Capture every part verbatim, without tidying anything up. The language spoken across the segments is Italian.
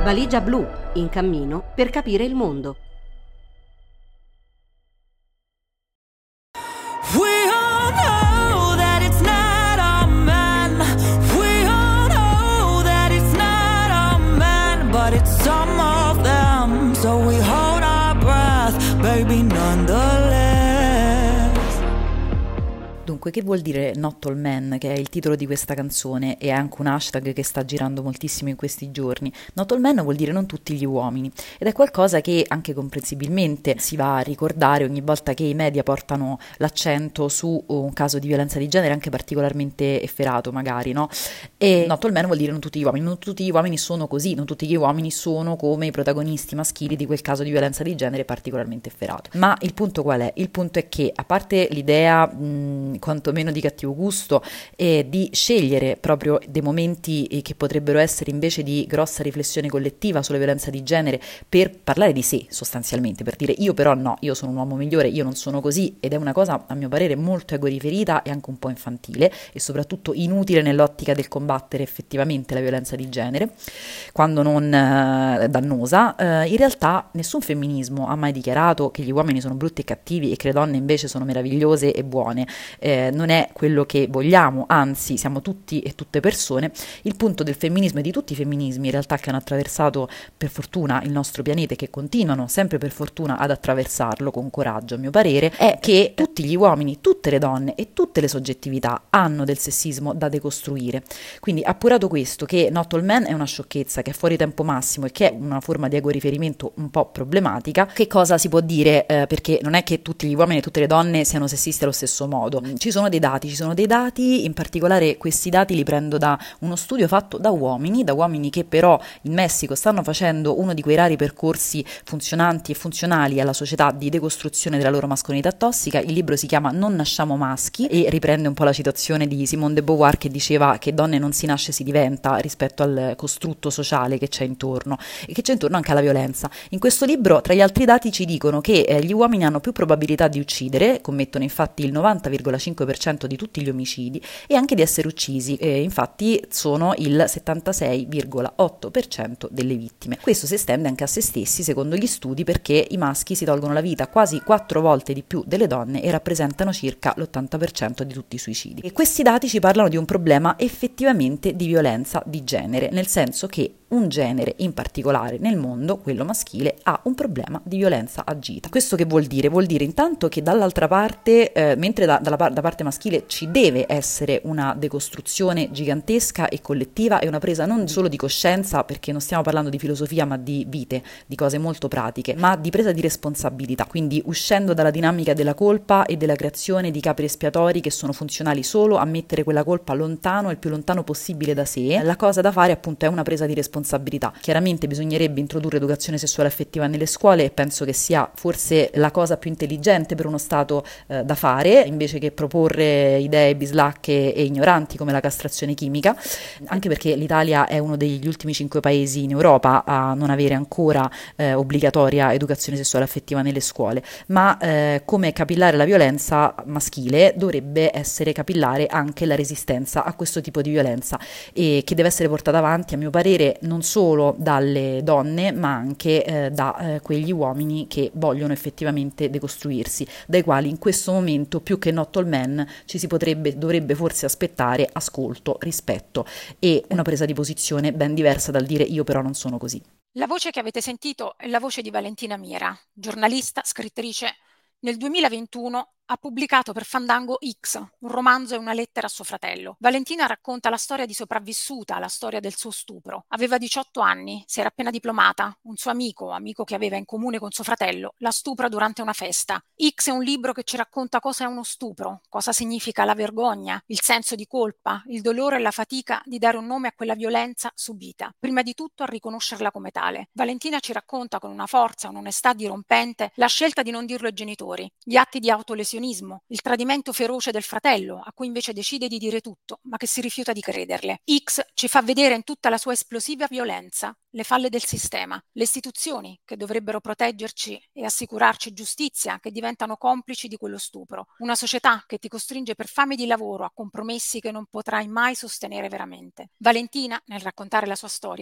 Valigia blu, in cammino per capire il mondo. We all know that it's not our man. We all know that it's not our man, but it's some of them. So we hold our breath, baby, nonetheless. Dunque, che vuol dire Not All Men, che è il titolo di questa canzone e è anche un hashtag che sta girando moltissimo in questi giorni? Not All Men vuol dire non tutti gli uomini, ed è qualcosa che anche comprensibilmente si va a ricordare ogni volta che i media portano l'accento su un caso di violenza di genere, anche particolarmente efferato magari, no? E Not All Men vuol dire non tutti gli uomini, non tutti gli uomini sono così, non tutti gli uomini sono come i protagonisti maschili di quel caso di violenza di genere particolarmente efferato. Ma il punto qual è? Il punto è che, a parte l'idea mh, quantomeno di cattivo gusto, e di scegliere proprio dei momenti eh, che potrebbero essere invece di grossa riflessione collettiva sulla violenza di genere per parlare di sé sostanzialmente, per dire io però no, io sono un uomo migliore, io non sono così, ed è una cosa a mio parere molto egoriferita e anche un po' infantile e soprattutto inutile nell'ottica del combattere effettivamente la violenza di genere, quando non eh, dannosa. Eh, in realtà nessun femminismo ha mai dichiarato che gli uomini sono brutti e cattivi e che le donne invece sono meravigliose e buone. Eh, non è quello che vogliamo, anzi siamo tutti e tutte persone. Il punto del femminismo e di tutti i femminismi in realtà che hanno attraversato per fortuna il nostro pianeta e che continuano sempre per fortuna ad attraversarlo con coraggio a mio parere, è che tutti gli uomini, tutte le donne e tutte le soggettività hanno del sessismo da decostruire. Quindi, appurato questo, che Not All Men è una sciocchezza, che è fuori tempo massimo e che è una forma di egoriferimento un po' problematica, che cosa si può dire? Eh, perché non è che tutti gli uomini e tutte le donne siano sessisti allo stesso modo. Ci sono dei dati, ci sono dei dati, in particolare questi dati li prendo da uno studio fatto da uomini, da uomini che però in Messico stanno facendo uno di quei rari percorsi funzionanti e funzionali alla società di decostruzione della loro mascolinità tossica. Il libro si chiama Non nasciamo maschi e riprende un po' la citazione di Simone de Beauvoir che diceva che donne non si nasce, si diventa, rispetto al costrutto sociale che c'è intorno e che c'è intorno anche alla violenza. In questo libro, tra gli altri dati, ci dicono che eh, gli uomini hanno più probabilità di uccidere, commettono infatti il novanta virgola cinque per cento di tutti gli omicidi, e anche di essere uccisi, e infatti sono il settantasei virgola otto per cento delle vittime. Questo si estende anche a se stessi secondo gli studi, perché i maschi si tolgono la vita quasi quattro volte di più delle donne e rappresentano circa l'ottanta per cento di tutti i suicidi. E questi dati ci parlano di un problema effettivamente di violenza di genere, nel senso che un genere in particolare nel mondo, quello maschile, ha un problema di violenza agita. Questo che vuol dire? Vuol dire intanto che dall'altra parte, eh, mentre da, dalla par- da parte maschile ci deve essere una decostruzione gigantesca e collettiva e una presa non solo di coscienza, perché non stiamo parlando di filosofia ma di vite, di cose molto pratiche, ma di presa di responsabilità, quindi uscendo dalla dinamica della colpa e della creazione di capri espiatori che sono funzionali solo a mettere quella colpa lontano, il più lontano possibile da sé. La cosa da fare appunto è una presa di responsabilità. Chiaramente bisognerebbe introdurre educazione sessuale affettiva nelle scuole e penso che sia forse la cosa più intelligente per uno Stato eh, da fare, invece che proporre idee bislacche e ignoranti come la castrazione chimica, anche perché l'Italia è uno degli ultimi cinque paesi in Europa a non avere ancora eh, obbligatoria educazione sessuale affettiva nelle scuole, ma eh, come capillare la violenza maschile dovrebbe essere capillare anche la resistenza a questo tipo di violenza, e che deve essere portata avanti a mio parere non solo dalle donne ma anche eh, da eh, quegli uomini che vogliono effettivamente decostruirsi, dai quali in questo momento più che Not All Men ci si potrebbe, dovrebbe forse aspettare ascolto, rispetto e una presa di posizione ben diversa dal dire io però non sono così. La voce che avete sentito è la voce di Valentina Mira, giornalista, scrittrice. Nel duemilaventuno ha pubblicato per Fandango X, un romanzo e una lettera a suo fratello. Valentina racconta la storia di sopravvissuta, la storia del suo stupro. Aveva diciotto anni, si era appena diplomata. Un suo amico, amico che aveva in comune con suo fratello, la stupra durante una festa. X è un libro che ci racconta cosa è uno stupro, cosa significa la vergogna, il senso di colpa, il dolore e la fatica di dare un nome a quella violenza subita. Prima di tutto a riconoscerla come tale. Valentina ci racconta con una forza, un'onestà dirompente, la scelta di non dirlo ai genitori, gli atti di autolesionismo, il tradimento feroce del fratello, a cui invece decide di dire tutto, ma che si rifiuta di crederle. X ci fa vedere in tutta la sua esplosiva violenza le falle del sistema, le istituzioni che dovrebbero proteggerci e assicurarci giustizia, che diventano complici di quello stupro, una società che ti costringe per fame di lavoro a compromessi che non potrai mai sostenere veramente. Valentina, nel raccontare la sua storia,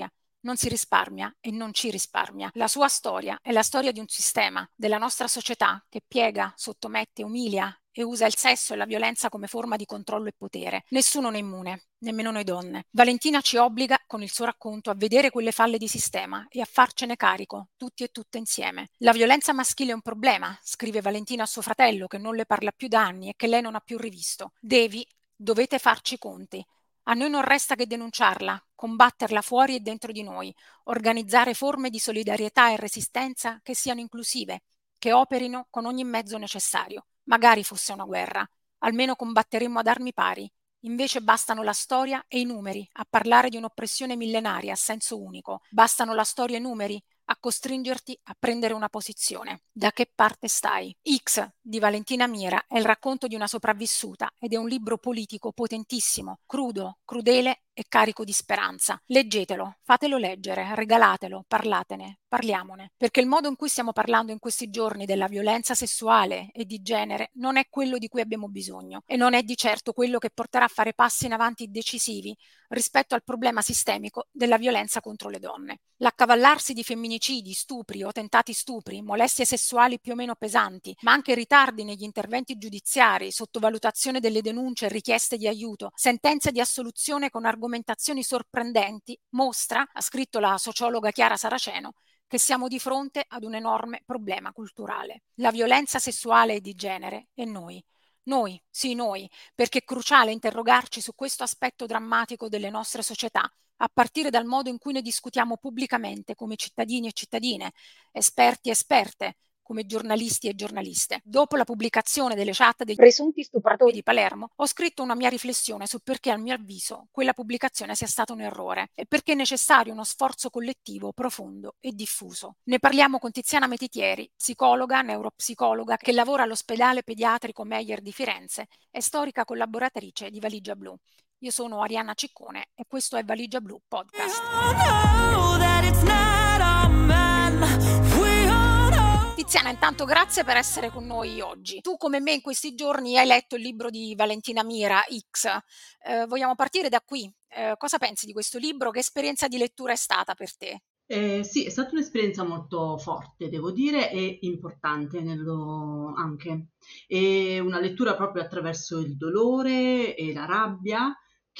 non si risparmia e non ci risparmia. La sua storia è la storia di un sistema, della nostra società, che piega, sottomette, umilia e usa il sesso e la violenza come forma di controllo e potere. Nessuno ne è immune, nemmeno noi donne. Valentina ci obbliga, con il suo racconto, a vedere quelle falle di sistema e a farcene carico, tutti e tutte insieme. La violenza maschile è un problema, scrive Valentina a suo fratello, che non le parla più da anni e che lei non ha più rivisto. Devi, dovete farci i conti. A noi non resta che denunciarla, combatterla fuori e dentro di noi, organizzare forme di solidarietà e resistenza che siano inclusive, che operino con ogni mezzo necessario. Magari fosse una guerra, almeno combatteremmo ad armi pari. Invece bastano la storia e i numeri a parlare di un'oppressione millenaria a senso unico. Bastano la storia e i numeri a costringerti a prendere una posizione. Da che parte stai? X di Valentina Mira è il racconto di una sopravvissuta ed è un libro politico potentissimo, crudo, crudele e carico di speranza. Leggetelo, fatelo leggere, regalatelo, parlatene, parliamone, perché il modo in cui stiamo parlando in questi giorni della violenza sessuale e di genere non è quello di cui abbiamo bisogno e non è di certo quello che porterà a fare passi in avanti decisivi rispetto al problema sistemico della violenza contro le donne. L'accavallarsi di femminicidi, stupri o tentati stupri, molestie sessuali più o meno pesanti, ma anche ritardi negli interventi giudiziari, sottovalutazione delle denunce e richieste di aiuto, sentenze di assoluzione con argomentazioni sorprendenti, mostra, ha scritto la sociologa Chiara Saraceno, che siamo di fronte ad un enorme problema culturale. La violenza sessuale e di genere è noi. Noi, sì noi, perché è cruciale interrogarci su questo aspetto drammatico delle nostre società, a partire dal modo in cui ne discutiamo pubblicamente come cittadini e cittadine, esperti e esperte, come giornalisti e giornaliste. Dopo la pubblicazione delle chat dei presunti stupratori di Palermo, ho scritto una mia riflessione su perché, a mio avviso, quella pubblicazione sia stata un errore e perché è necessario uno sforzo collettivo profondo e diffuso. Ne parliamo con Tiziana Metitieri, psicologa, neuropsicologa, che lavora all'ospedale pediatrico Meyer di Firenze e storica collaboratrice di Valigia Blu. Io sono Arianna Ciccone e questo è Valigia Blu Podcast. Tiziana, intanto grazie per essere con noi oggi. Tu come me in questi giorni hai letto il libro di Valentina Mira, X. Eh, vogliamo partire da qui. Eh, cosa pensi di questo libro? Che esperienza di lettura è stata per te? Eh, sì, è stata un'esperienza molto forte, devo dire, e importante nello- anche. È una lettura proprio attraverso il dolore e la rabbia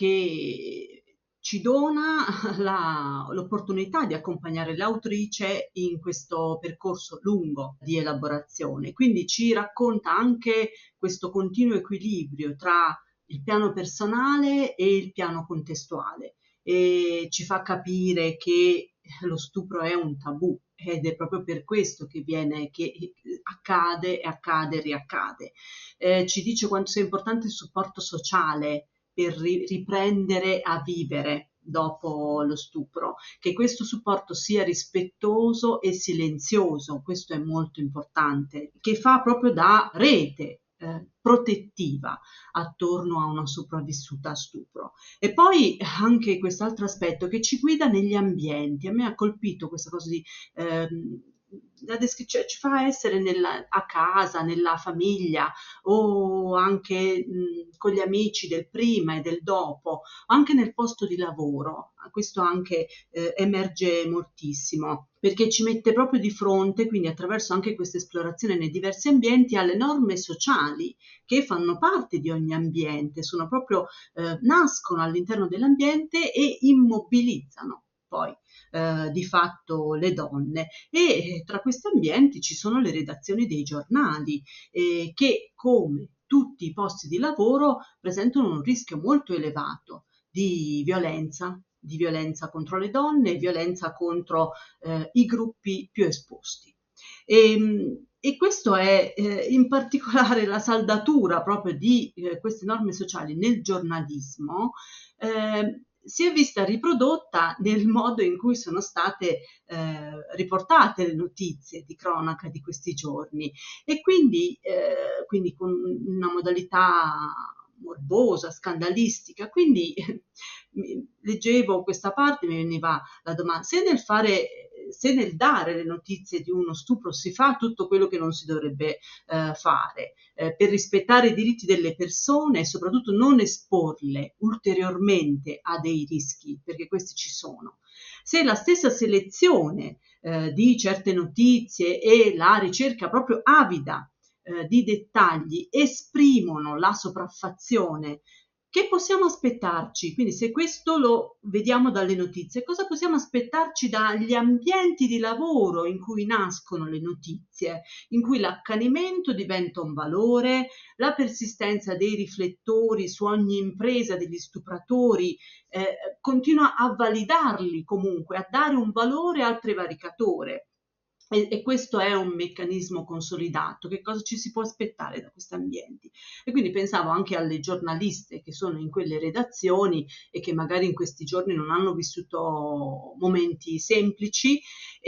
che ci dona la- l'opportunità di accompagnare l'autrice in questo percorso lungo di elaborazione. Quindi ci racconta anche questo continuo equilibrio tra il piano personale e il piano contestuale e ci fa capire che lo stupro è un tabù ed è proprio per questo che viene, che accade e accade e riaccade. Eh, ci dice quanto sia importante il supporto sociale per ri- riprendere a vivere dopo lo stupro, che questo supporto sia rispettoso e silenzioso, questo è molto importante, che fa proprio da rete eh, protettiva attorno a una sopravvissuta a stupro. E poi anche quest'altro aspetto che ci guida negli ambienti. A me ha colpito questa cosa di ehm, la descrizione, ci fa essere nella, a casa, nella famiglia o anche mh, con gli amici del prima e del dopo, anche nel posto di lavoro. Questo anche eh, emerge moltissimo perché ci mette proprio di fronte, quindi attraverso anche questa esplorazione nei diversi ambienti, alle norme sociali che fanno parte di ogni ambiente, sono proprio eh, nascono all'interno dell'ambiente e immobilizzano poi eh, di fatto le donne e eh, tra questi ambienti ci sono le redazioni dei giornali eh, che come tutti i posti di lavoro presentano un rischio molto elevato di violenza, di violenza contro le donne e violenza contro eh, i gruppi più esposti. E, e questo è eh, in particolare la saldatura proprio di eh, queste norme sociali nel giornalismo, eh, si è vista riprodotta nel modo in cui sono state eh, riportate le notizie di cronaca di questi giorni e quindi, eh, quindi con una modalità morbosa, scandalistica. Quindi leggevo questa parte, mi veniva la domanda, se nel fare eh, se nel dare le notizie di uno stupro si fa tutto quello che non si dovrebbe eh, fare eh, per rispettare i diritti delle persone e soprattutto non esporle ulteriormente a dei rischi, perché questi ci sono. Se la stessa selezione eh, di certe notizie e la ricerca proprio avida eh, di dettagli esprimono la sopraffazione, che possiamo aspettarci? Quindi se questo lo vediamo dalle notizie, cosa possiamo aspettarci dagli ambienti di lavoro in cui nascono le notizie, in cui l'accanimento diventa un valore, la persistenza dei riflettori su ogni impresa degli stupratori eh, continua a validarli comunque, a dare un valore al prevaricatore. E, e questo è un meccanismo consolidato. Che cosa ci si può aspettare da questi ambienti? E quindi pensavo anche alle giornaliste che sono in quelle redazioni e che magari in questi giorni non hanno vissuto momenti semplici,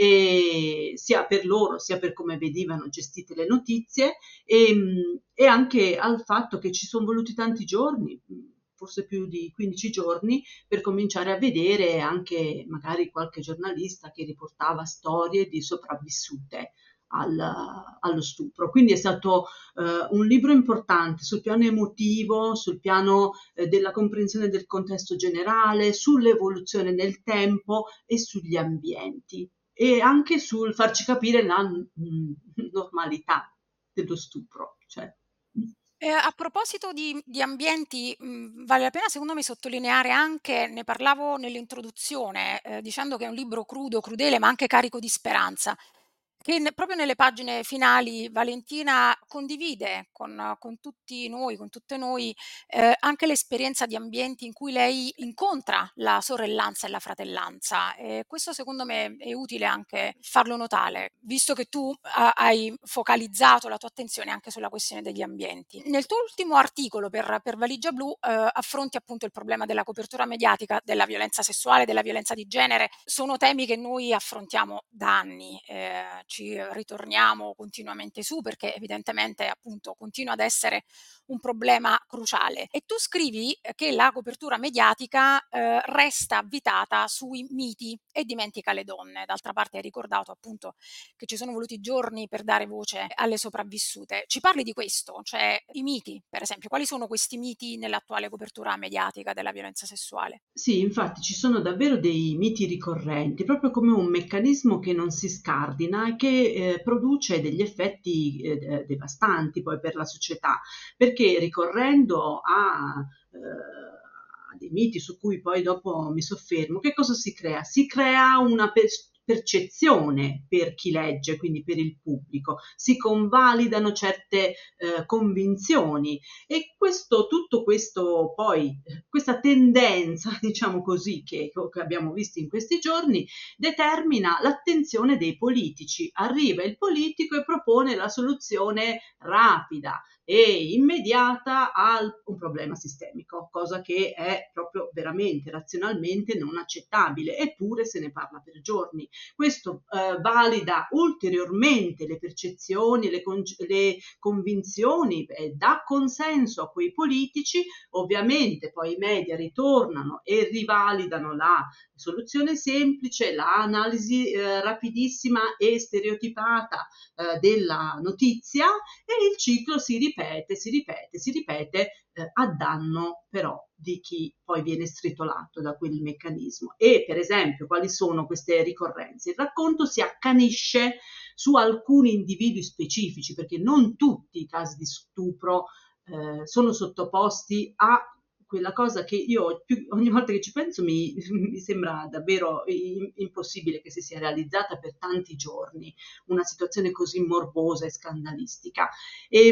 e sia per loro sia per come vedevano gestite le notizie, e, e anche al fatto che ci sono voluti tanti giorni, forse più di quindici giorni, per cominciare a vedere anche magari qualche giornalista che riportava storie di sopravvissute al, allo stupro. Quindi è stato eh, un libro importante sul piano emotivo, sul piano eh, della comprensione del contesto generale, sull'evoluzione nel tempo e sugli ambienti, e anche sul farci capire la mh, normalità dello stupro. Cioè, Eh, a proposito di, di ambienti, mh, vale la pena secondo me sottolineare anche, ne parlavo nell'introduzione, eh, dicendo che è un libro crudo, crudele, ma anche carico di speranza, che ne- proprio nelle pagine finali Valentina condivide con, con tutti noi, con tutte noi, eh, anche l'esperienza di ambienti in cui lei incontra la sorellanza e la fratellanza. E questo secondo me è utile anche farlo notare, visto che tu ah, hai focalizzato la tua attenzione anche sulla questione degli ambienti. Nel tuo ultimo articolo per, per Valigia Blu eh, affronti appunto il problema della copertura mediatica, della violenza sessuale, della violenza di genere. Sono temi che noi affrontiamo da anni, eh, ci ritorniamo continuamente su perché evidentemente appunto continua ad essere un problema cruciale. E tu scrivi che la copertura mediatica eh, resta avvitata sui miti e dimentica le donne. D'altra parte hai ricordato appunto che ci sono voluti giorni per dare voce alle sopravvissute. Ci parli di questo? Cioè i miti, per esempio, quali sono questi miti nell'attuale copertura mediatica della violenza sessuale? sì, infatti ci sono davvero dei miti ricorrenti, proprio come un meccanismo che non si scardina e che eh, produce degli effetti eh, eh, devastanti poi per la società, perché ricorrendo a, eh, a dei miti su cui poi dopo mi soffermo, che cosa si crea? Si crea una per- percezione per chi legge, quindi per il pubblico, si convalidano certe eh, convinzioni, e questo, tutto questo poi, questa tendenza, diciamo così, che, che abbiamo visto in questi giorni, determina l'attenzione dei politici. Arriva il politico e propone la soluzione rapida e immediata a un problema sistemico, cosa che è proprio veramente razionalmente non accettabile, eppure se ne parla per giorni. Questo eh, valida ulteriormente le percezioni, le, con- le convinzioni, eh, dà consenso a quei politici. Ovviamente poi i media ritornano e rivalidano la soluzione semplice, l'analisi eh, rapidissima e stereotipata eh, della notizia, e il ciclo si ripete, si ripete, si ripete eh, a danno però di chi poi viene stritolato da quel meccanismo. E per esempio, quali sono queste ricorrenze? Il racconto si accanisce su alcuni individui specifici, perché non tutti i casi di stupro eh, sono sottoposti a quella cosa che io più, ogni volta che ci penso mi, mi sembra davvero in, impossibile che si sia realizzata per tanti giorni una situazione così morbosa e scandalistica. E,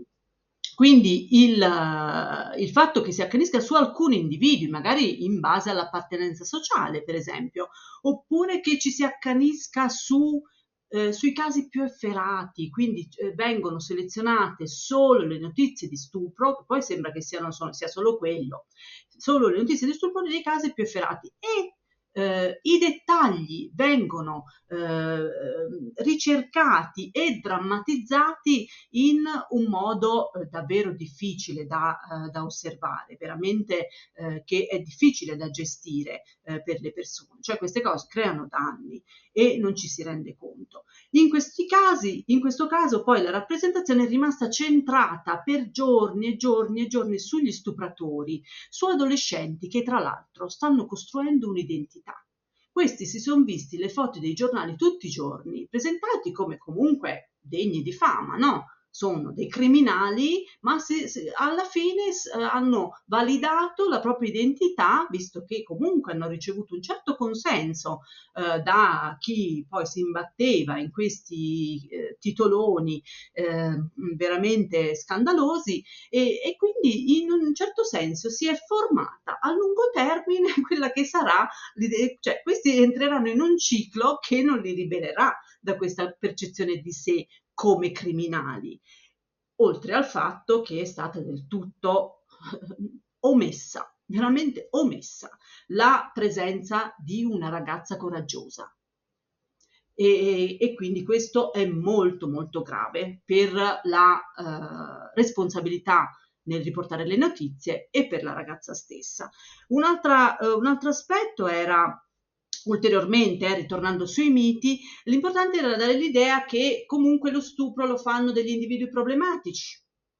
quindi il, il fatto che si accanisca su alcuni individui, magari in base all'appartenenza sociale, per esempio, oppure che ci si accanisca su eh, sui casi più efferati, quindi eh, vengono selezionate solo le notizie di stupro, poi sembra che siano, sono, sia solo quello, solo le notizie di stupro dei casi più efferati, e eh, i dettagli vengono eh, ricercati e drammatizzati in un modo eh, davvero difficile da, eh, da osservare, veramente eh, che è difficile da gestire eh, per le persone. Cioè queste cose creano danni e non ci si rende conto. In questi casi, in questo caso poi la rappresentazione è rimasta centrata per giorni e giorni e giorni sugli stupratori, su adolescenti che tra l'altro stanno costruendo un'identità. Questi si sono visti le foto dei giornali tutti i giorni, presentati come comunque degni di fama, no? Sono dei criminali, ma se, se alla fine s- eh, hanno validato la propria identità, visto che comunque hanno ricevuto un certo consenso eh, da chi poi si imbatteva in questi eh, titoloni eh, veramente scandalosi e, e quindi in un certo senso si è formata a lungo termine quella che sarà l'idea, cioè questi entreranno in un ciclo che non li libererà da questa percezione di sé come criminali, oltre al fatto che è stata del tutto omessa, veramente omessa, la presenza di una ragazza coraggiosa. E, e quindi questo è molto molto grave per la eh, responsabilità nel riportare le notizie e per la ragazza stessa. Un'altra, eh, un altro aspetto era ulteriormente, eh, ritornando sui miti, l'importante era dare l'idea che comunque lo stupro lo fanno degli individui problematici.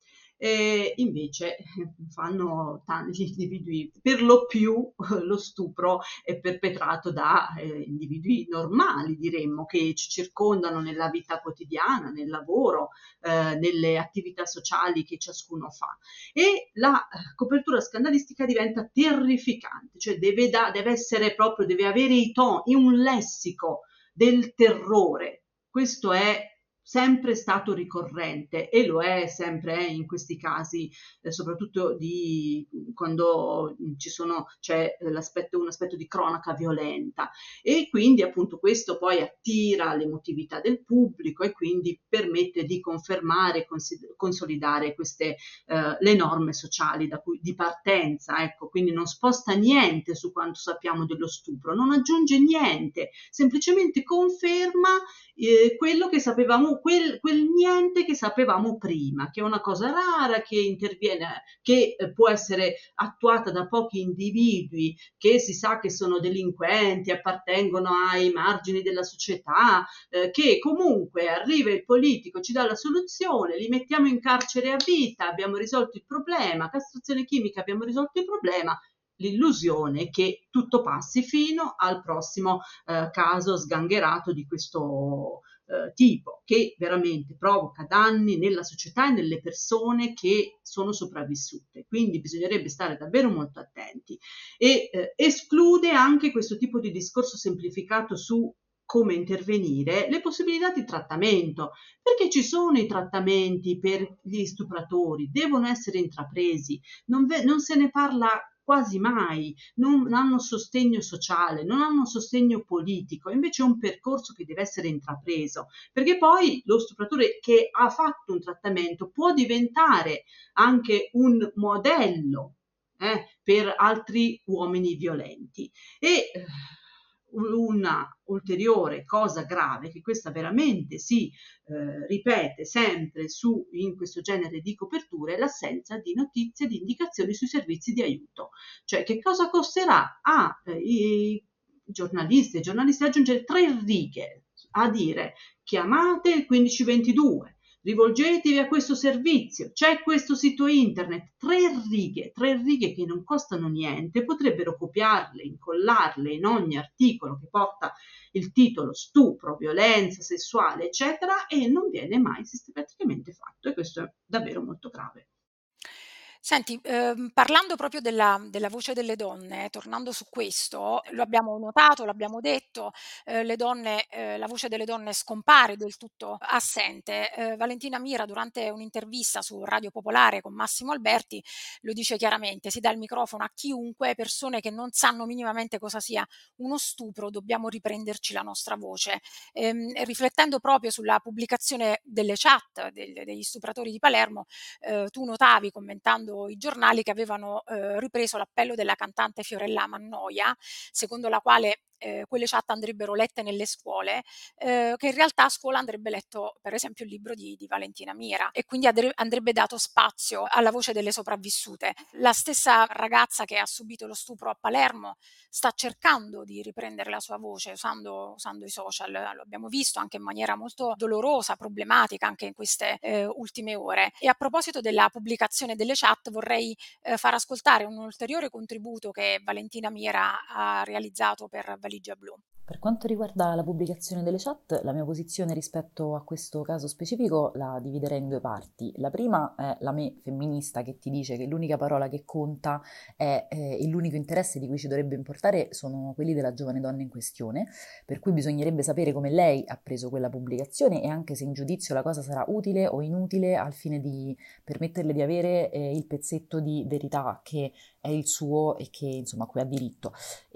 E invece fanno tanti individui, per lo più lo stupro è perpetrato da eh, individui normali, diremmo, che ci circondano nella vita quotidiana, nel lavoro, eh, nelle attività sociali che ciascuno fa. E la copertura scandalistica diventa terrificante, cioè deve, da, deve essere proprio, deve avere i toni, un lessico del terrore. Questo è sempre stato ricorrente e lo è sempre eh, in questi casi, eh, soprattutto di quando ci sono, c'è l'aspetto, un aspetto di cronaca violenta e quindi appunto questo poi attira l'emotività del pubblico e quindi permette di confermare e consolidare queste eh, le norme sociali da cui, di partenza, ecco, quindi non sposta niente su quanto sappiamo dello stupro, non aggiunge niente, semplicemente conferma eh, quello che sapevamo, quel, quel niente che sapevamo prima, che è una cosa rara, che interviene, che eh, può essere attuata da pochi individui, che si sa che sono delinquenti, appartengono ai margini della società, eh, che comunque arriva il politico, ci dà la soluzione, li mettiamo in carcere a vita, abbiamo risolto il problema, castrazione chimica, abbiamo risolto il problema, l'illusione che tutto passi fino al prossimo eh, caso sgangherato di questo eh, tipo, che veramente provoca danni nella società e nelle persone che sono sopravvissute. Quindi bisognerebbe stare davvero molto attenti e eh, esclude anche questo tipo di discorso semplificato su come intervenire, le possibilità di trattamento, perché ci sono i trattamenti per gli stupratori, devono essere intrapresi, non, ve- non se ne parla quasi mai, non hanno sostegno sociale, non hanno sostegno politico, invece è un percorso che deve essere intrapreso, perché poi lo stupratore che ha fatto un trattamento può diventare anche un modello eh, per altri uomini violenti. E eh, una ulteriore cosa grave, che questa veramente si eh, ripete sempre su, in questo genere di coperture, è l'assenza di notizie, di indicazioni sui servizi di aiuto. Cioè che cosa costerà ai giornalisti e giornalisti aggiungere tre righe a dire chiamate il quindici ventidue, rivolgetevi a questo servizio, c'è questo sito internet, tre righe, tre righe che non costano niente, potrebbero copiarle, incollarle in ogni articolo che porta il titolo stupro, violenza sessuale, eccetera, e non viene mai sistematicamente fatto e questo è davvero molto grave. Senti, ehm, parlando proprio della della voce delle donne, tornando su questo, lo abbiamo notato, l'abbiamo detto, ehm, le donne ehm, la voce delle donne scompare del tutto assente. Ehm, Valentina Mira durante un'intervista su Radio Popolare con Massimo Alberti lo dice chiaramente: "Si dà il microfono a chiunque, persone che non sanno minimamente cosa sia uno stupro, dobbiamo riprenderci la nostra voce". Ehm, riflettendo proprio sulla pubblicazione delle chat del degli stupratori di Palermo, ehm, tu notavi commentando secondo i giornali, che avevano eh, ripreso l'appello della cantante Fiorella Mannoia, secondo la quale eh, quelle chat andrebbero lette nelle scuole, eh, che in realtà a scuola andrebbe letto per esempio il libro di, di Valentina Mira, e quindi andre- andrebbe dato spazio alla voce delle sopravvissute. La stessa ragazza che ha subito lo stupro a Palermo sta cercando di riprendere la sua voce usando, usando i social, lo abbiamo visto anche in maniera molto dolorosa, problematica anche in queste eh, ultime ore. E a proposito della pubblicazione delle chat, vorrei eh, far ascoltare un ulteriore contributo che Valentina Mira ha realizzato per Valigia Blu. Per quanto riguarda la pubblicazione delle chat, la mia posizione rispetto a questo caso specifico la dividerei in due parti. La prima è la me femminista, che ti dice che l'unica parola che conta è, eh, e l'unico interesse di cui ci dovrebbe importare sono quelli della giovane donna in questione, per cui bisognerebbe sapere come lei ha preso quella pubblicazione e anche se in giudizio la cosa sarà utile o inutile al fine di permetterle di avere eh, il pezzetto di verità che è il suo e che insomma a cui ha diritto,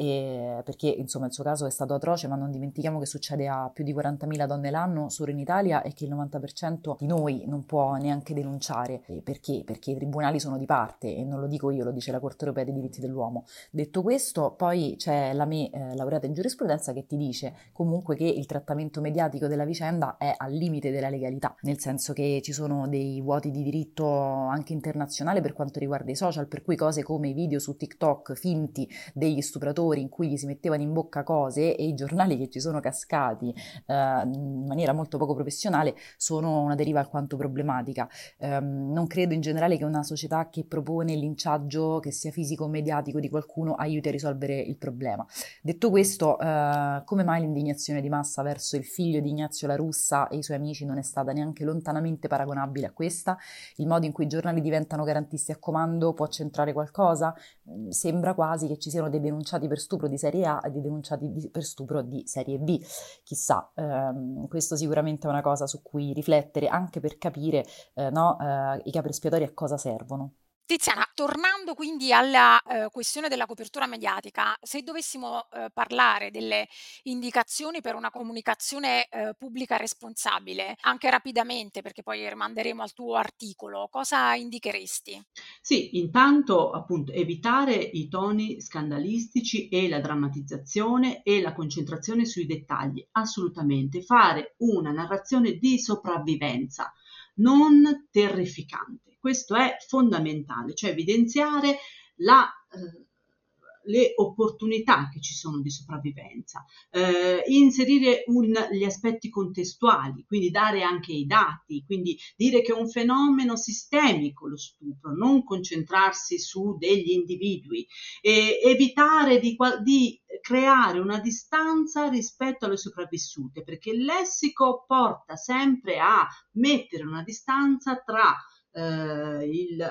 e, perché insomma il suo caso è stato atroce, ma non dimentichiamo che succede a più di quarantamila donne l'anno solo in Italia e che il novanta per cento di noi non può neanche denunciare. E perché? Perché i tribunali sono di parte e non lo dico io, lo dice la Corte Europea dei Diritti dell'Uomo. Detto questo, poi c'è la me eh, laureata in giurisprudenza che ti dice comunque che il trattamento mediatico della vicenda è al limite della legalità, nel senso che ci sono dei vuoti di diritto anche internazionale per quanto riguarda i social, per cui cose come i video su TikTok finti degli stupratori in cui gli si mettevano in bocca cose e i giornali che ci sono cascati eh, in maniera molto poco professionale sono una deriva alquanto problematica. Eh, non credo in generale che una società che propone il linciaggio, che sia fisico o mediatico, di qualcuno aiuti a risolvere il problema. Detto questo, eh, come mai l'indignazione di massa verso il figlio di Ignazio La Russa e i suoi amici non è stata neanche lontanamente paragonabile a questa? Il modo in cui i giornali diventano garantisti a comando può centrare qualcosa? Sembra quasi che ci siano dei denunciati per stupro di serie A e dei denunciati di, per stupro di serie B. Chissà, ehm, questo sicuramente è una cosa su cui riflettere, anche per capire eh, no, eh, i capri espiatori a cosa servono. Tiziana, tornando quindi alla eh, questione della copertura mediatica, se dovessimo eh, parlare delle indicazioni per una comunicazione eh, pubblica responsabile, anche rapidamente, perché poi rimanderemo al tuo articolo, cosa indicheresti? Sì, intanto appunto evitare i toni scandalistici e la drammatizzazione e la concentrazione sui dettagli, assolutamente. Fare una narrazione di sopravvivenza, non terrificante. Questo è fondamentale, cioè evidenziare la, eh, le opportunità che ci sono di sopravvivenza, eh, inserire un, gli aspetti contestuali, quindi dare anche i dati, quindi dire che è un fenomeno sistemico lo stupro, non concentrarsi su degli individui, e evitare di, di creare una distanza rispetto alle sopravvissute, perché il lessico porta sempre a mettere una distanza tra eh, il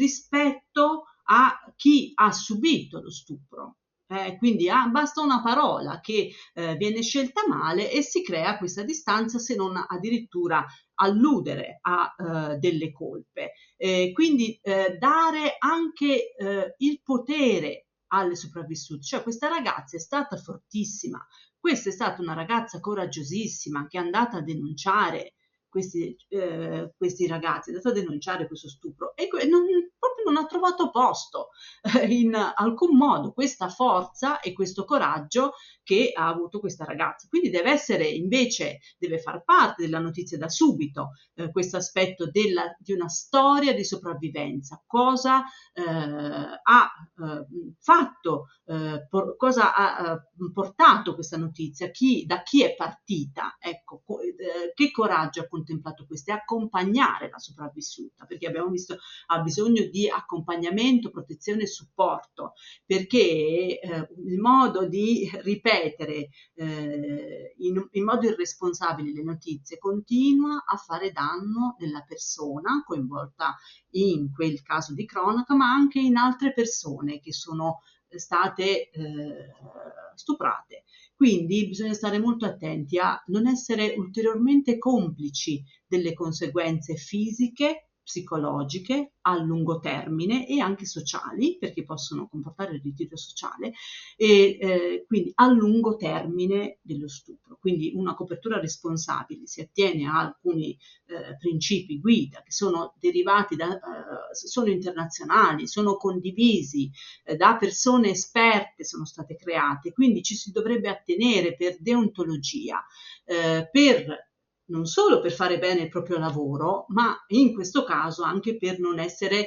rispetto a chi ha subito lo stupro. Eh, quindi ah, basta una parola che eh, viene scelta male e si crea questa distanza, se non addirittura alludere a eh, delle colpe. Eh, quindi eh, dare anche eh, il potere alle sopravvissute, cioè questa ragazza è stata fortissima, questa è stata una ragazza coraggiosissima che è andata a denunciare questi, eh, questi ragazzi, è andata a denunciare questo stupro e non, proprio non ha trovato posto eh, in alcun modo questa forza e questo coraggio che ha avuto questa ragazza. Quindi deve essere invece, deve far parte della notizia da subito eh, questo aspetto della, di una storia di sopravvivenza, cosa eh, ha eh, fatto, eh, por, cosa ha eh, portato questa notizia, chi, da chi è partita, ecco, co- eh, che coraggio ha contemplato questo e accompagnare la sopravvissuta, perché abbiamo visto ha bisogno di accompagnamento, protezione e supporto, perché eh, il modo di ripetere eh, in, in modo irresponsabile le notizie continua a fare danno della persona coinvolta in quel caso di cronaca, ma anche in altre persone che sono state eh, stuprate. Quindi bisogna stare molto attenti a non essere ulteriormente complici delle conseguenze fisiche, psicologiche a lungo termine e anche sociali, perché possono comportare il ritiro sociale, e eh, quindi a lungo termine dello stupro. quindi una copertura responsabile si attiene a alcuni eh, principi guida che sono derivati da, eh, sono internazionali, sono condivisi eh, da persone esperte, sono state create, quindi ci si dovrebbe attenere per deontologia, eh, per non solo per fare bene il proprio lavoro, ma in questo caso anche per non essere,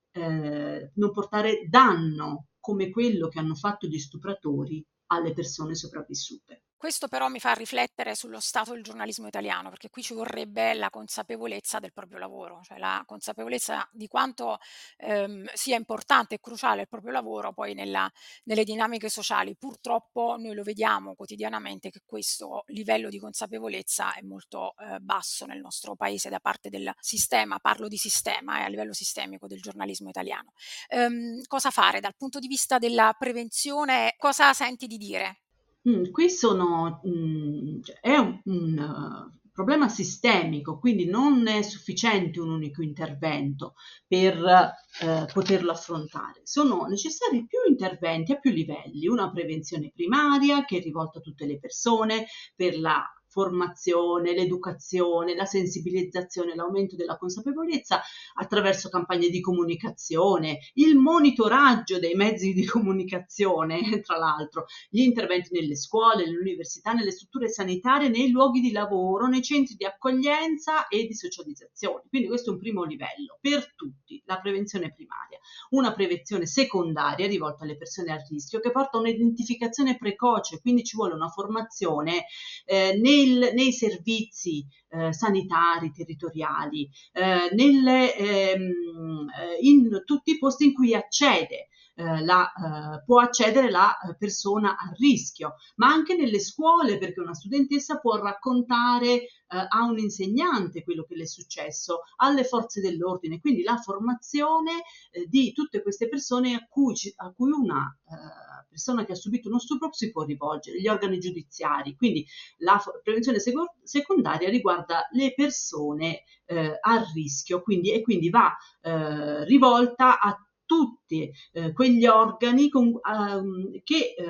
eh, non portare danno come quello che hanno fatto gli stupratori alle persone sopravvissute. Questo però mi fa riflettere sullo stato del giornalismo italiano, perché qui ci vorrebbe la consapevolezza del proprio lavoro, cioè la consapevolezza di quanto ehm, sia importante e cruciale il proprio lavoro poi nella- nelle dinamiche sociali. Purtroppo noi lo vediamo quotidianamente che questo livello di consapevolezza è molto eh, basso nel nostro paese da parte del sistema, parlo di sistema, eh, a livello sistemico del giornalismo italiano. Ehm, cosa fare dal punto di vista della prevenzione? Cosa senti di dire? Mh, qui sono mhmm, cioè è un un eh, problema sistemico, quindi non è sufficiente un unico intervento per, ehm, poterlo affrontare. Sono necessari più interventi a più livelli, una prevenzione primaria che è rivolta a tutte le persone per la formazione, l'educazione, la sensibilizzazione, l'aumento della consapevolezza attraverso campagne di comunicazione, il monitoraggio dei mezzi di comunicazione, tra l'altro, gli interventi nelle scuole, nelle università, nelle strutture sanitarie, nei luoghi di lavoro, nei centri di accoglienza e di socializzazione. Quindi questo è un primo livello per tutti, la prevenzione primaria. Una prevenzione secondaria rivolta alle persone a rischio che porta a un'identificazione precoce, quindi ci vuole una formazione eh, nel- nei servizi eh, sanitari territoriali, eh, nelle, ehm, eh, in tutti i posti in cui accede eh, la, eh, può accedere la eh, persona a rischio, ma anche nelle scuole, perché una studentessa può raccontare eh, a un insegnante quello che le è successo, alle forze dell'ordine, quindi la formazione eh, di tutte queste persone a cui, ci- a cui una eh, persona che ha subito uno stupro si può rivolgere, gli organi giudiziari, quindi la fo- prevenzione seco- secondaria riguarda le persone eh, a rischio, quindi, e quindi va eh, rivolta a tutti eh, quegli organi con, ehm, che eh,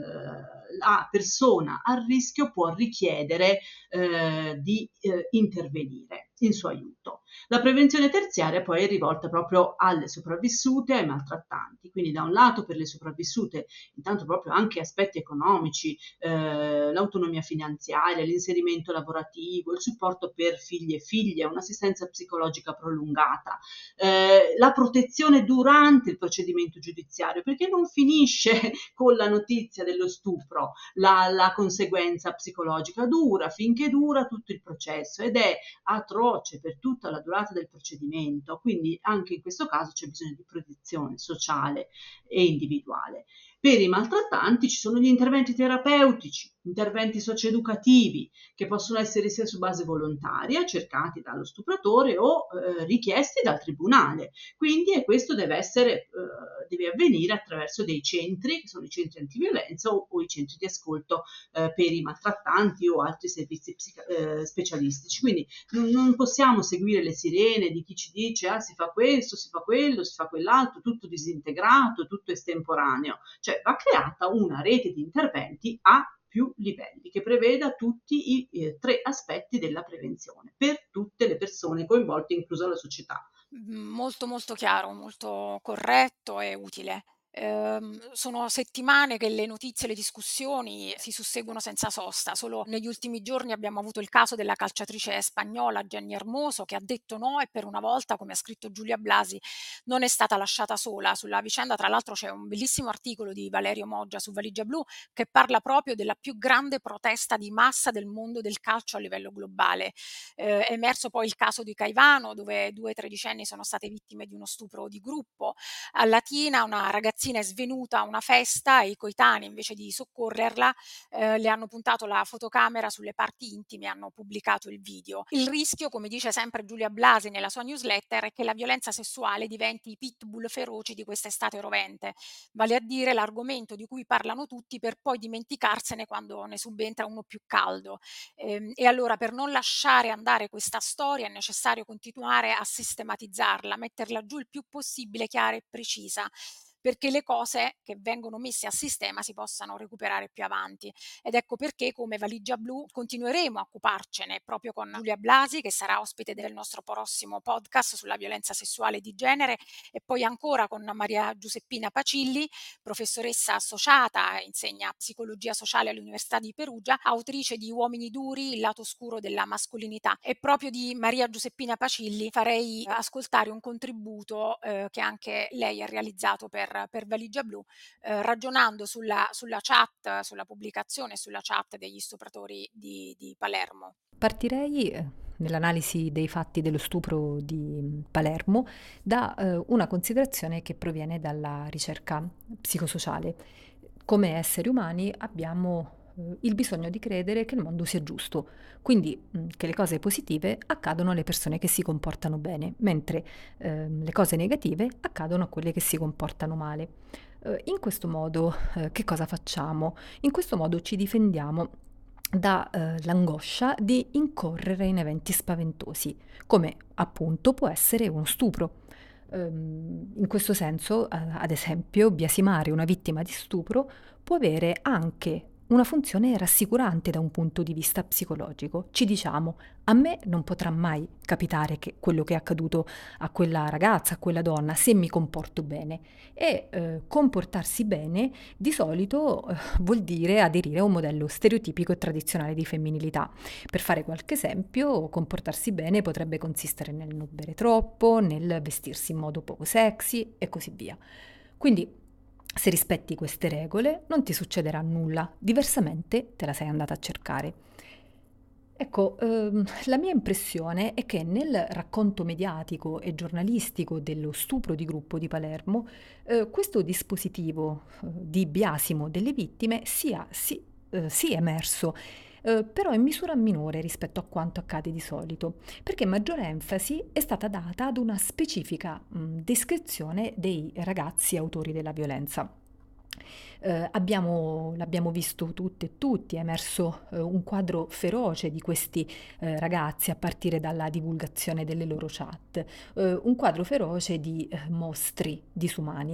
la persona a rischio può richiedere eh, di eh, intervenire in suo aiuto. La prevenzione terziaria poi è rivolta proprio alle sopravvissute e ai maltrattanti, quindi da un lato per le sopravvissute intanto proprio anche aspetti economici, eh, l'autonomia finanziaria, l'inserimento lavorativo, il supporto per figli e figlie, un'assistenza psicologica prolungata, eh, la protezione durante il procedimento giudiziario, perché non finisce con la notizia dello stupro, la, la conseguenza psicologica dura finché dura tutto il processo ed è atroce per tutta la durata del procedimento, quindi anche in questo caso c'è bisogno di protezione sociale e individuale. Per i maltrattanti ci sono gli interventi terapeutici, interventi socioeducativi che possono essere sia su base volontaria, cercati dallo stupratore o eh, richiesti dal tribunale. Quindi e questo deve essere, eh, deve avvenire attraverso dei centri, che sono i centri antiviolenza o, o i centri di ascolto eh, per i maltrattanti o altri servizi psica- eh, specialistici. Quindi non, non possiamo seguire le sirene di chi ci dice ah, si fa questo, si fa quello, si fa quell'altro, tutto disintegrato, tutto estemporaneo. Cioè va creata una rete di interventi a più livelli che preveda tutti i eh, tre aspetti della prevenzione per tutte le persone coinvolte, inclusa la società. Mhmm, molto, molto chiaro, molto corretto e utile. Ehm, sono settimane che le notizie e le discussioni si susseguono senza sosta. Solo negli ultimi giorni abbiamo avuto il caso della calciatrice spagnola Jenny Hermoso che ha detto no e per una volta, come ha scritto Giulia Blasi, non è stata lasciata sola. Sulla vicenda, tra l'altro, c'è un bellissimo articolo di Valerio Moggia su Valigia Blu che parla proprio della più grande protesta di massa del mondo del calcio a livello globale. Eh, è emerso poi il caso di Caivano, dove due tredicenni sono state vittime di uno stupro di gruppo. A Latina una ragazzina è svenuta a una festa e i coetanei, invece di soccorrerla, eh, le hanno puntato la fotocamera sulle parti intime e hanno pubblicato il video. Il rischio, come dice sempre Giulia Blasi nella sua newsletter, è che la violenza sessuale diventi i pitbull feroci di quest'estate rovente, vale a dire l'argomento di cui parlano tutti per poi dimenticarsene quando ne subentra uno più caldo. Ehm, e allora per non lasciare andare questa storia è necessario continuare a sistematizzarla, metterla giù il più possibile chiara e precisa. perché le cose che vengono messe a sistema si possano recuperare più avanti. Ed ecco perché come Valigia Blu continueremo a occuparcene proprio con Giulia Blasi, che sarà ospite del nostro prossimo podcast sulla violenza sessuale di genere, e poi ancora con Maria Giuseppina Pacilli, professoressa associata, insegna psicologia sociale all'Università di Perugia, autrice di Uomini duri, il lato oscuro della mascolinità. E proprio di Maria Giuseppina Pacilli farei ascoltare un contributo eh, che anche lei ha realizzato per, per Valigia Blu, eh, ragionando sulla, sulla chat, sulla pubblicazione, sulla chat degli stupratori di, di Palermo. Partirei eh, nell'analisi dei fatti dello stupro di Palermo da eh, una considerazione che proviene dalla ricerca psicosociale. Come esseri umani abbiamo eh, il bisogno di credere che il mondo sia giusto, quindi mh, che le cose positive accadono alle persone che si comportano bene, mentre eh, le cose negative accadono a quelle che si comportano male. Eh, in questo modo eh, che cosa facciamo? In questo modo ci difendiamo dall'angoscia eh, di incorrere in eventi spaventosi, come appunto può essere uno stupro. Um, in questo senso, uh, ad esempio, biasimare una vittima di stupro può avere anche una funzione rassicurante da un punto di vista psicologico. Ci diciamo, a me non potrà mai capitare che quello che è accaduto a quella ragazza, a quella donna, se mi comporto bene. E eh, comportarsi bene di solito eh, vuol dire aderire a un modello stereotipico e tradizionale di femminilità. Per fare qualche esempio, comportarsi bene potrebbe consistere nel non bere troppo, nel vestirsi in modo poco sexy e così via. Quindi, se rispetti queste regole non ti succederà nulla, diversamente te la sei andata a cercare. Ecco, ehm, la mia impressione è che nel racconto mediatico e giornalistico dello stupro di gruppo di Palermo, eh, questo dispositivo eh, di biasimo delle vittime sia sì, eh, sì emerso, Uh, però in misura minore rispetto a quanto accade di solito, perché maggiore enfasi è stata data ad una specifica mh, descrizione dei ragazzi autori della violenza. Uh, abbiamo, l'abbiamo visto tutte e tutti, è emerso uh, un quadro feroce di questi uh, ragazzi a partire dalla divulgazione delle loro chat, uh, un quadro feroce di uh, mostri disumani.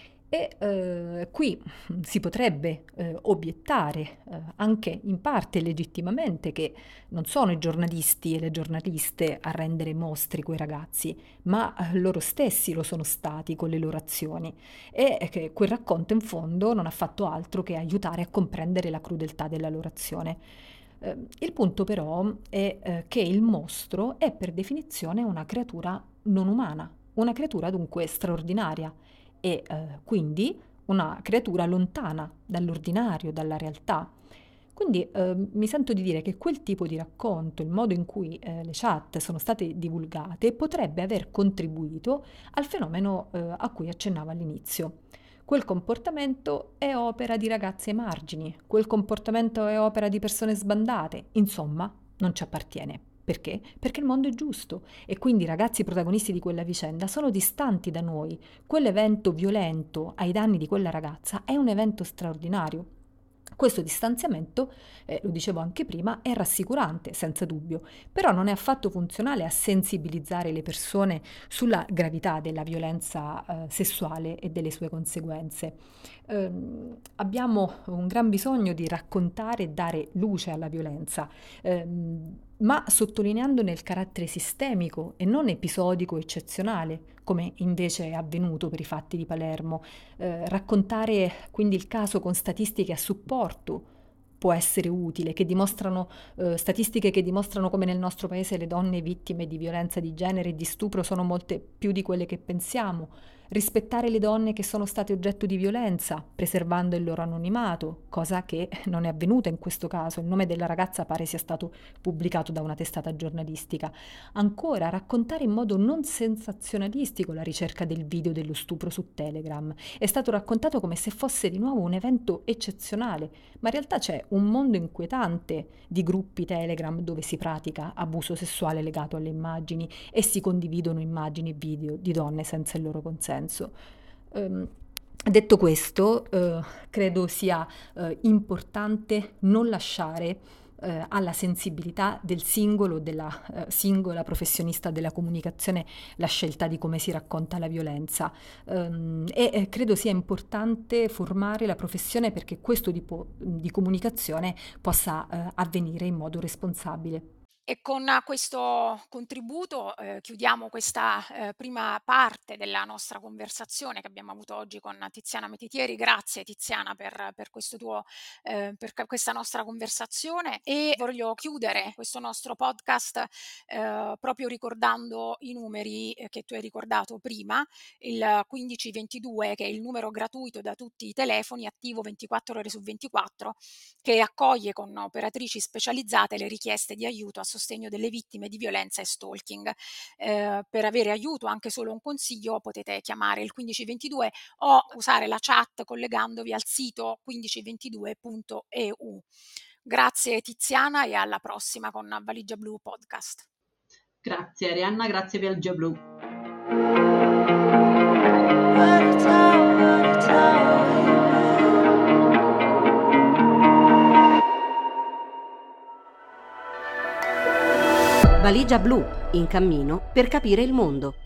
E eh, qui si potrebbe eh, obiettare eh, anche in parte legittimamente che non sono i giornalisti e le giornaliste a rendere mostri quei ragazzi, ma eh, loro stessi lo sono stati con le loro azioni, e che quel racconto in fondo non ha fatto altro che aiutare a comprendere la crudeltà della loro azione. Eh, il punto però è eh, che il mostro è per definizione una creatura non umana, una creatura dunque straordinaria, e eh, quindi una creatura lontana dall'ordinario, dalla realtà. Quindi eh, mi sento di dire che quel tipo di racconto, il modo in cui eh, le chat sono state divulgate, potrebbe aver contribuito al fenomeno eh, a cui accennavo all'inizio. Quel comportamento è opera di ragazze ai margini, quel comportamento è opera di persone sbandate, insomma, non ci appartiene. Perché? Perché il mondo è giusto e quindi i ragazzi protagonisti di quella vicenda sono distanti da noi. Quell'evento violento ai danni di quella ragazza è un evento straordinario. Questo distanziamento, eh, lo dicevo anche prima, è rassicurante, senza dubbio, però non è affatto funzionale a sensibilizzare le persone sulla gravità della violenza eh, sessuale e delle sue conseguenze. Eh, abbiamo un gran bisogno di raccontare e dare luce alla violenza, eh, ma sottolineandone il carattere sistemico e non episodico eccezionale, come invece è avvenuto per i fatti di Palermo. Eh, raccontare quindi il caso con statistiche a supporto può essere utile, che dimostrano eh, statistiche che dimostrano come nel nostro paese le donne vittime di violenza di genere e di stupro sono molte più di quelle che pensiamo. Rispettare le donne che sono state oggetto di violenza, preservando il loro anonimato, cosa che non è avvenuta in questo caso. Il nome della ragazza pare sia stato pubblicato da una testata giornalistica. Ancora, raccontare in modo non sensazionalistico la ricerca del video dello stupro su Telegram. È stato raccontato come se fosse di nuovo un evento eccezionale, ma in realtà c'è un mondo inquietante di gruppi Telegram dove si pratica abuso sessuale legato alle immagini e si condividono immagini e video di donne senza il loro consenso. Um, detto questo, uh, credo sia uh, importante non lasciare eh, alla sensibilità del singolo, della eh, singola professionista della comunicazione, la scelta di come si racconta la violenza. Um, e eh, credo sia importante formare la professione perché questo tipo di comunicazione possa eh, avvenire in modo responsabile. E con questo contributo eh, chiudiamo questa eh, prima parte della nostra conversazione che abbiamo avuto oggi con Tiziana Mettitieri. Grazie Tiziana per, per, questo tuo, eh, per questa nostra conversazione, e voglio chiudere questo nostro podcast eh, proprio ricordando i numeri eh, che tu hai ricordato prima, il quindici ventidue, che è il numero gratuito da tutti i telefoni, attivo ventiquattro ore su ventiquattro, che accoglie con operatrici specializzate le richieste di aiuto a sostegno delle vittime di violenza e stalking. Eh, per avere aiuto, anche solo un consiglio, potete chiamare il quindici ventidue o usare la chat collegandovi al sito quindici ventidue punto e u. Grazie Tiziana e alla prossima con Valigia Blu Podcast. Grazie Arianna, grazie Valigia Blu. Valigia Blu, in cammino per capire il mondo.